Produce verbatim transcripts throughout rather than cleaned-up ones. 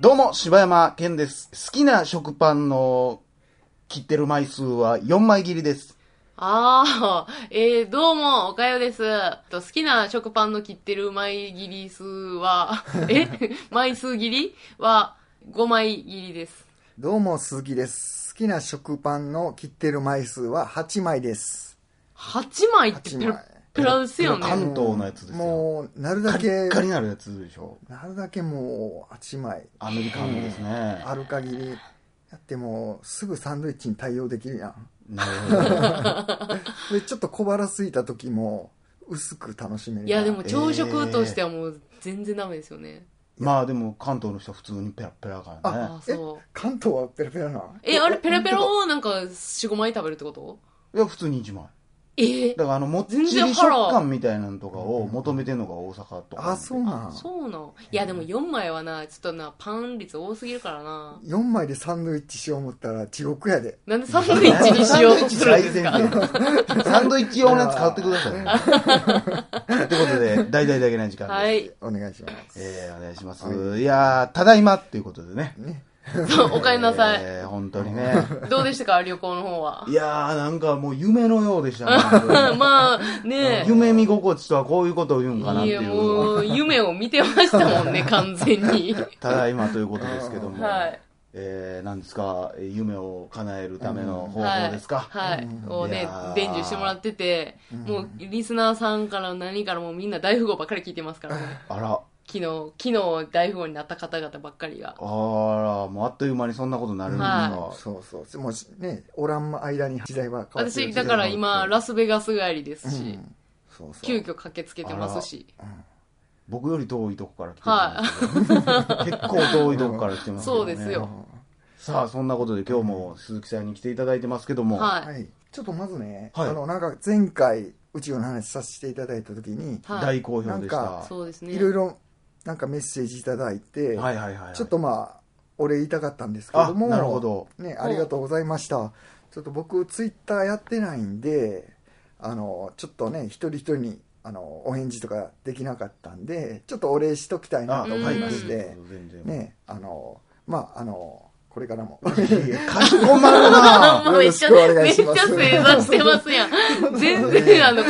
どうも、柴山健です。好きな食パンの切ってる枚数はよんまい切りです。 ああ、えー、どうも、おかよです。と好きな食パンの切ってる枚切り数は、え枚数切りはごまい切りです。 どうも、鈴木です。好きな食パンの切ってる枚数ははちまいです。 はちまいってペラペラですよね。 関東のやつですよ。 もう、なるだけ、 カリッカリなるやつでしょ。 なるだけもうはちまい。 アメリカンですね。 うん、ある限り。やってもう、すぐサンドイッチに対応できるやん。 なるほど。 で、ちょっと小腹空いた時も、薄く楽しめる。 いや、でも朝食としてはもう全然ダメですよね。 えー、まあでも関東の人は普通にペラペラからね。 ああ、そう。関東はペラペラな。 え、あれペラペラをなんかよん、ごまい食べるってこと？ いや、普通にいちまい。 えー、 だからあのもっちり食感みたいなのとかを求めてるのが大阪とか。 あ、そうなん。 そうなん。いやでもよんまいはな、ちょっとな、パン率多すぎるからな。 よんまいでサンドイッチしよう思ったら地獄やで。 なんでサンドイッチにしようとするんですか？ サンドイッチ用のやつ買ってください。ということで、大々だけな時間です。 はい。 お願いします。 えー、お願いします。はい、いやー、ただいまっていうことでね。ね。 そう、お帰りなさい。 えー、本当にね。 どうでしたか、旅行の方は。 いやー、なんかもう夢のようでしたね。 まあ、ね夢見心地とはこういうことを言うんかなっていう。いや、 もう、夢を見てましたもんね、完全に。 ただいまということですけども。 はい。 えー、なんですか、夢を叶えるための方法ですか。 うん、はい。はい、をね、伝授してもらってて、もう、リスナーさんから何からもみんな大富豪ばっかり聞いてますからね。 あら。 昨日、昨日大富豪になった方々ばっかりが。 あら、もうあっという間にそんなことになるんですか。 はい、 そうそう。もうね、おらん間に時代は変わってる。 私、だから今、ラスベガス帰りですし、うん、そうそう急遽駆けつけてますし。うん、 僕より遠いとこから来てます、はい、結構遠いとこから来てます、ね、 そうですよ。 さあ、そんなことで今日も鈴木さんに来ていただいてますけども。 はい。 はい、ちょっとまずね、 はい、 あの、なんか前回宇宙の話させていただいた時に、 はい、大好評でした。 そうですね。 いろいろなんかメッセージいただいて、 はいはいはいはい、 ちょっとまあ、お礼言いたかったんですけども、 なるほど。 ね、ありがとうございました。ちょっと僕、ツイッターやってないんで、あの、ちょっとね、一人一人に、あの、お返事とかできなかったんで、ちょっとお礼しときたいなと思いまして、ね、あの、まあ、あの、これからも。 かしこまるなよろしくお願いします。 めっちゃ正座してますやん。全然、あの、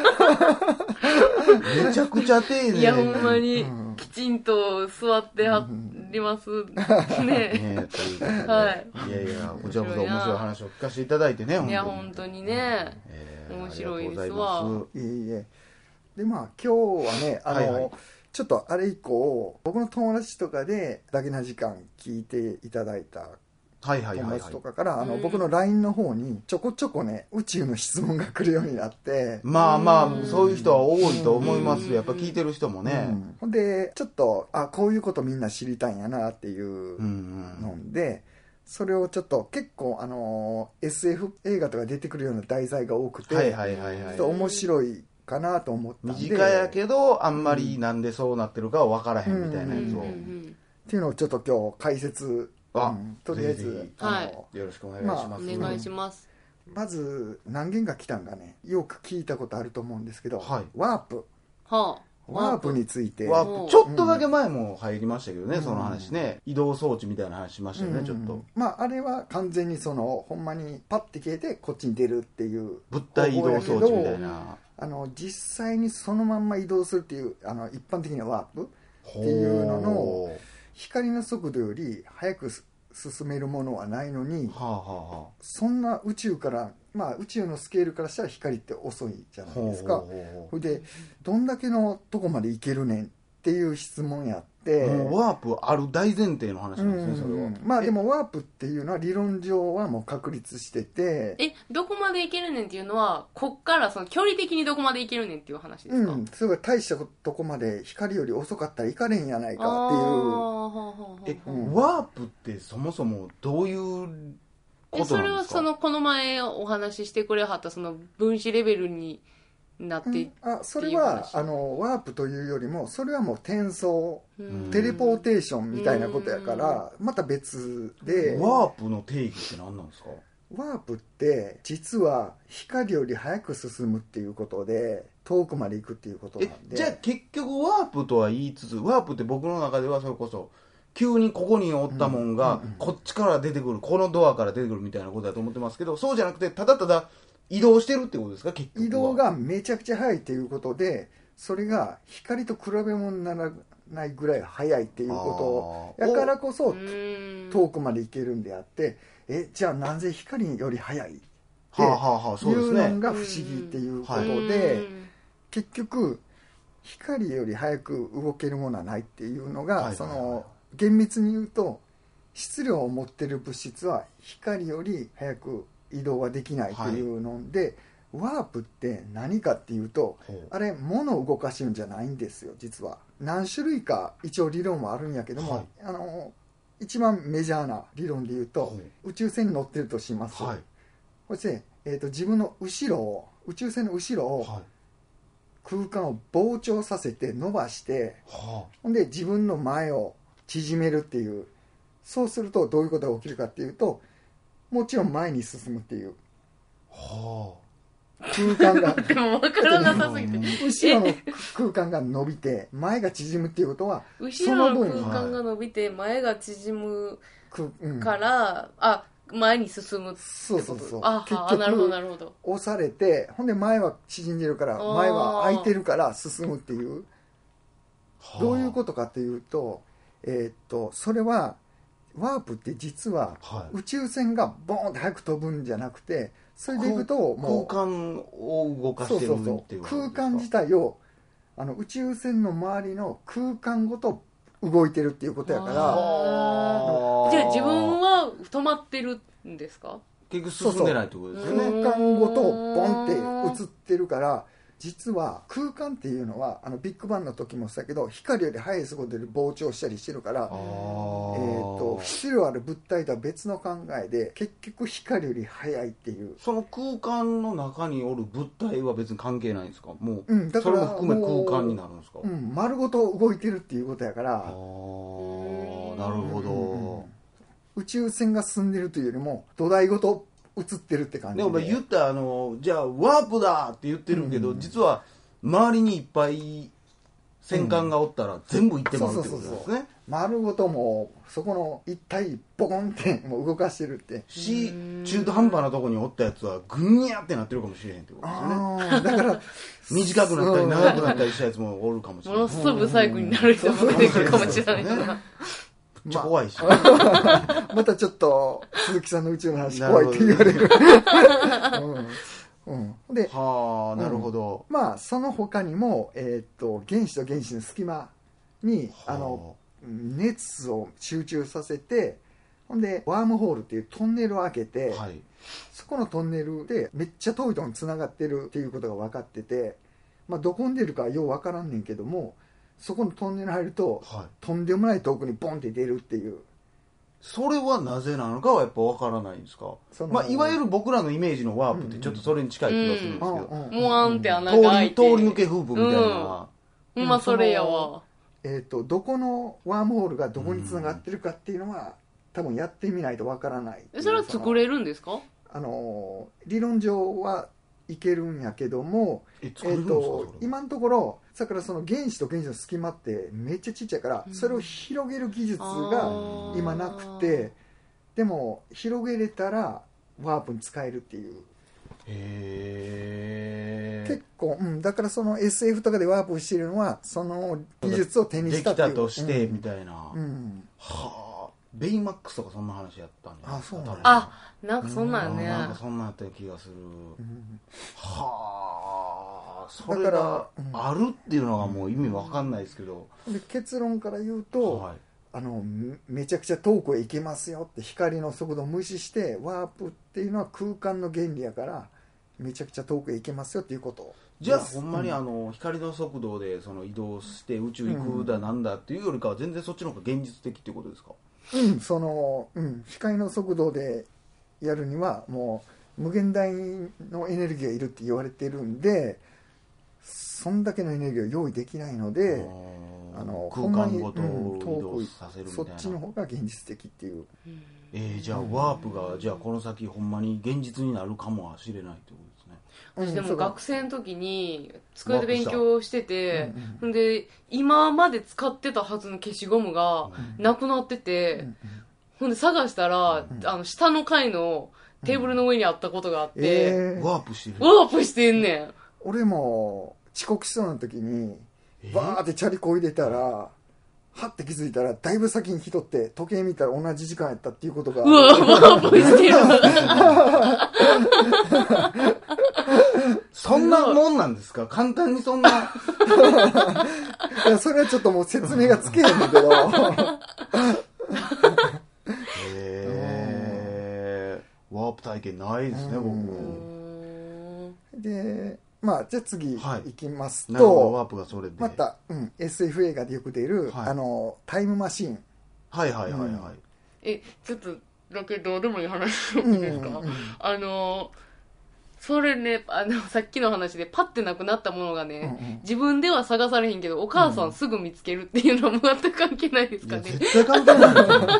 めちゃくちゃ丁寧に。 いや、ほんまに、きちんと座ってはりますね。 ねはい。 いやいや、こちらこそ面白い話を聞かせていただいてね、 いや、本当にね。面白いですわ。 いえいえ。で、まあ、今日はね、あの、ちょっとあれ以降、僕の友達とかで、だけな時間聞いていただいた友達とかから、あの、僕の ライン の方に、ちょこちょこね、宇宙の質問が来るようになって。 まあまあ、そういう人は多いと思います。やっぱ聞いてる人もね。 ほんで、ちょっと、あ、こういうことみんな知りたいんやなっていうので、それをちょっと結構、あの、エスエフ 映画とか出てくるような題材が多くて、ちょっと面白いかなと思ったんで、 短やけどあんまりなんでそうなってるかは分からへんみたいなやつを、 っていうのをちょっと今日解説、 あ、 うん、とりあえずあの、よろしくお願いします、 まあ、お願いします。 まず何件か来たんがね、よく聞いたことあると思うんですけど、 はい、 ワープ、 はあ、 ワープについてワープちょっとだけ前も入りましたけどね、うん、その話ね、移動装置みたいな話しましたよね、うん、ちょっと。 まああれは完全にそのほんまにパッて消えてこっちに出るっていう物体移動装置みたいな。 あの実際にそのまんま移動するっていう、あの一般的なワープっていうのの光の速度より速く進めるものはないのに、 はあはあ、 そんな宇宙から、まあ宇宙のスケールからしたら光って遅いじゃないですか。ほいでどんだけのとこまで行けるねんっていう質問やって、 もうワープある大前提の話なんですね、それは。 まあでもワープっていうのは理論上はもう確立してて、 え、どこまで行けるねんっていうのは、こっからその距離的にどこまで行けるねんっていう話ですか？ うん、それが大したとこまで光より遅かったら行かれんやないかっていう。 え、うん、ワープってそもそもどういうことなんですか？ それはそのこの前お話ししてくれはったその分子レベルになって、 うん、あそれはあのワープというよりもそれはもう転送テレポーテーションみたいなことやからまた別で。 ワープの定義って何なんですか？ ワープって実は光より早く進むっていうことで遠くまで行くっていうことなんで。 えじゃあ結局ワープとは言いつつ、ワープって僕の中ではそれこそ急にここにおったもんがこっちから出てくる、このドアから出てくるみたいなことだと思ってますけど、そうじゃなくてただただ移動してるってことですか？結局は移動がめちゃくちゃ速いっていうことで、それが光と比べ物にならないぐらい速いっていうことやからこそ遠くまで行けるんであって、えじゃあなぜ光より速いっていうのが不思議っていうことで、結局光より速く動けるものはないっていうのが、その厳密に言うと質量を持ってる物質は光より速く移動はできないっていうので、ワープって何かっていうと、あれ物を動かしてるんじゃないんですよ。実は何種類か一応理論はあるんやけども、はい、あの一番メジャーな理論で言うと、はい、宇宙船に乗ってるとします、はい、そして、えーと、自分の後ろを宇宙船の後ろを、はい、空間を膨張させて伸ばして、はあ、ほんで自分の前を縮めるっていう、そうするとどういうことが起きるかっていうと、もちろん前に進むっていう、はあ空間がでも分からなさすぎて後ろの空間が伸びて前が縮むっていうことは、 後ろの空間が伸びて前が縮むから、うん、あ前に進むってこと。 そうそうそう、 あ結局なるほどなるほど、 押されて、ほんで前は縮んでるから前は空いてるから進むっていう、どういうことかっていうと、えー、っとそれはワープって実は宇宙船がボーンって早く飛ぶんじゃなくて、それでいくともう空間を動かしてるっていうことですか？ 空間自体をあの宇宙船の周りの空間ごと動いてるっていうことやから、じゃあ自分は止まってるんですか？ 結局進んでないってことですよね。 空間ごとボンって映ってるから、実は空間っていうのはあのビッグバンの時もそうだけど、光より速い速度で膨張したりしてるから、えー、と質量ある物体とは別の考えで、結局光より速いっていう。 その空間の中におる物体は別に関係ないんですか？もう、うん、だからそれも含め空間になるんですか？ うん、丸ごと動いてるっていうことやから。あなるほど、うんうん、 宇宙船が進んでるというよりも土台ごと映ってるって感じで。 でも言ったあのじゃあワープだって言ってるけど、うん、実は周りにいっぱい戦艦がおったら全部行ってますってことですね。 丸ごともうそこの一体ボコンってもう動かしてるってし、中途半端なとこにおったやつはグニャってなってるかもしれへんってことですね。 だから短くなったり長くなったりしたやつもおるかもしれない。 ものすごいブサイクになる人も出てくるかもしれないから、 めっちゃ怖いし、 まあ、またちょっと鈴木さんの宇宙の話怖いって言われる、うんうん、ではあなるほど、 うん、まあその他にも、えー、っと原子と原子の隙間にあの熱を集中させて、ほんでワームホールっていうトンネルを開けて、はい、そこのトンネルでめっちゃ遠いところに繋がってるっていうことが分かってて、まあ、どこに出るかよう分からんねんけども、そこのトンネル入ると、はい、とんでもない遠くにボンって出るっていう。 それはなぜなのかはやっぱ分からないんですか？まあ、いわゆる僕らのイメージのワープってちょっとそれに近い気がするんですけど、 もわんって穴が開いて通り抜けフープみたいな、うん、 ほんまそれやわ。 えー、とどこのワームホールがどこにつながってるかっていうのは、うん、多分やってみないとわからない。 それは作れるんですか？ あの理論上はいけるんやけども、 ええー、と今のところだからその原子と原子の隙間ってめっちゃちっちゃいから、うん、それを広げる技術が今なくて、でも広げれたらワープに使えるっていう。 へ結構、うん、だからその エスエフ とかでワープしてるのはその技術を手にしたっていうできたとしてみたいな、 うんうん、 はあ、ベイマックスとかそんな話やったんじゃないですか？ あ、そうなんだ。あ、なんかそんなんね、 なんかそんなんやった気がする、うん、はあ、それがあるっていうのがもう意味わかんないですけど、 で結論から言うと、はい、あのめちゃくちゃ遠くへ行けますよって、光の速度を無視してワープっていうのは空間の原理やからめちゃくちゃ遠くへ行けますよっていうこと。 じゃあほんまにあの、うん、光の速度でその移動して宇宙行くだなんだっていうよりかは全然そっちの方が現実的っていうことですか？ うん、その、うん、光の速度でやるにはもう無限大のエネルギーがいるって言われてるんで、そんだけのエネルギーを用意できないので、あの空間ごと移動させるみたいな、 そっちの方が現実的っていう、 えー、じゃあワープがじゃあこの先ほんまに現実になるかもしれないってことですね。 私でも学生の時に机で勉強してて、うん、で今まで使ってたはずの消しゴムがなくなってて、うん、ほんで探したら、うん、あの下の階のテーブルの上にあったことがあって、うんえー、ワープしてるワープしてんねん。 俺も遅刻しそうな時にバーってチャリこ入れたら、はって気づいたらだいぶ先に人って時計見たら同じ時間やったっていうことが、 うわワープしてるそんなもんなんですか？簡単にそんな。いや、それはちょっともう説明がつけへんだけど。 へー。ワープ体験ないですね、僕も。で、まあ、じゃあ次いきますと、 なるほど、ワープがそれで。 また、うん、エスエフ 映画でよく出る、はい、あの、タイムマシーン。 はいはいはいはい。うん、 え、ちょっとだけどうでもいい話いいですか？うんうん、あの、それね、あの、さっきの話でパッてなくなったものがね、うんうん、自分では探されへんけど、お母さんすぐ見つけるっていうのは全く関係ないですかね。 絶対関係ない。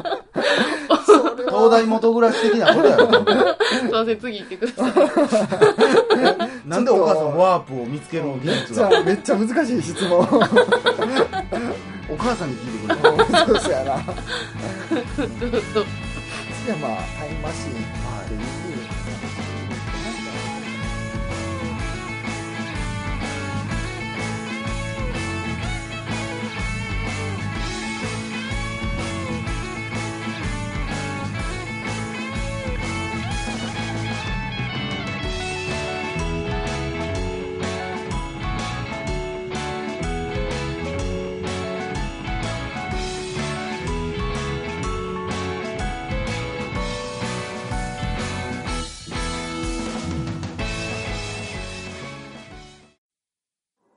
東大元暮らし的なことやろ。 すいません、次行ってください。 なんでお母さんワープを見つける技術が。 めっちゃ難しい質問。お母さんに聞いてくれ。 そうそうやな。 どうぞ。 次はまあ、タイムマシーンっていう、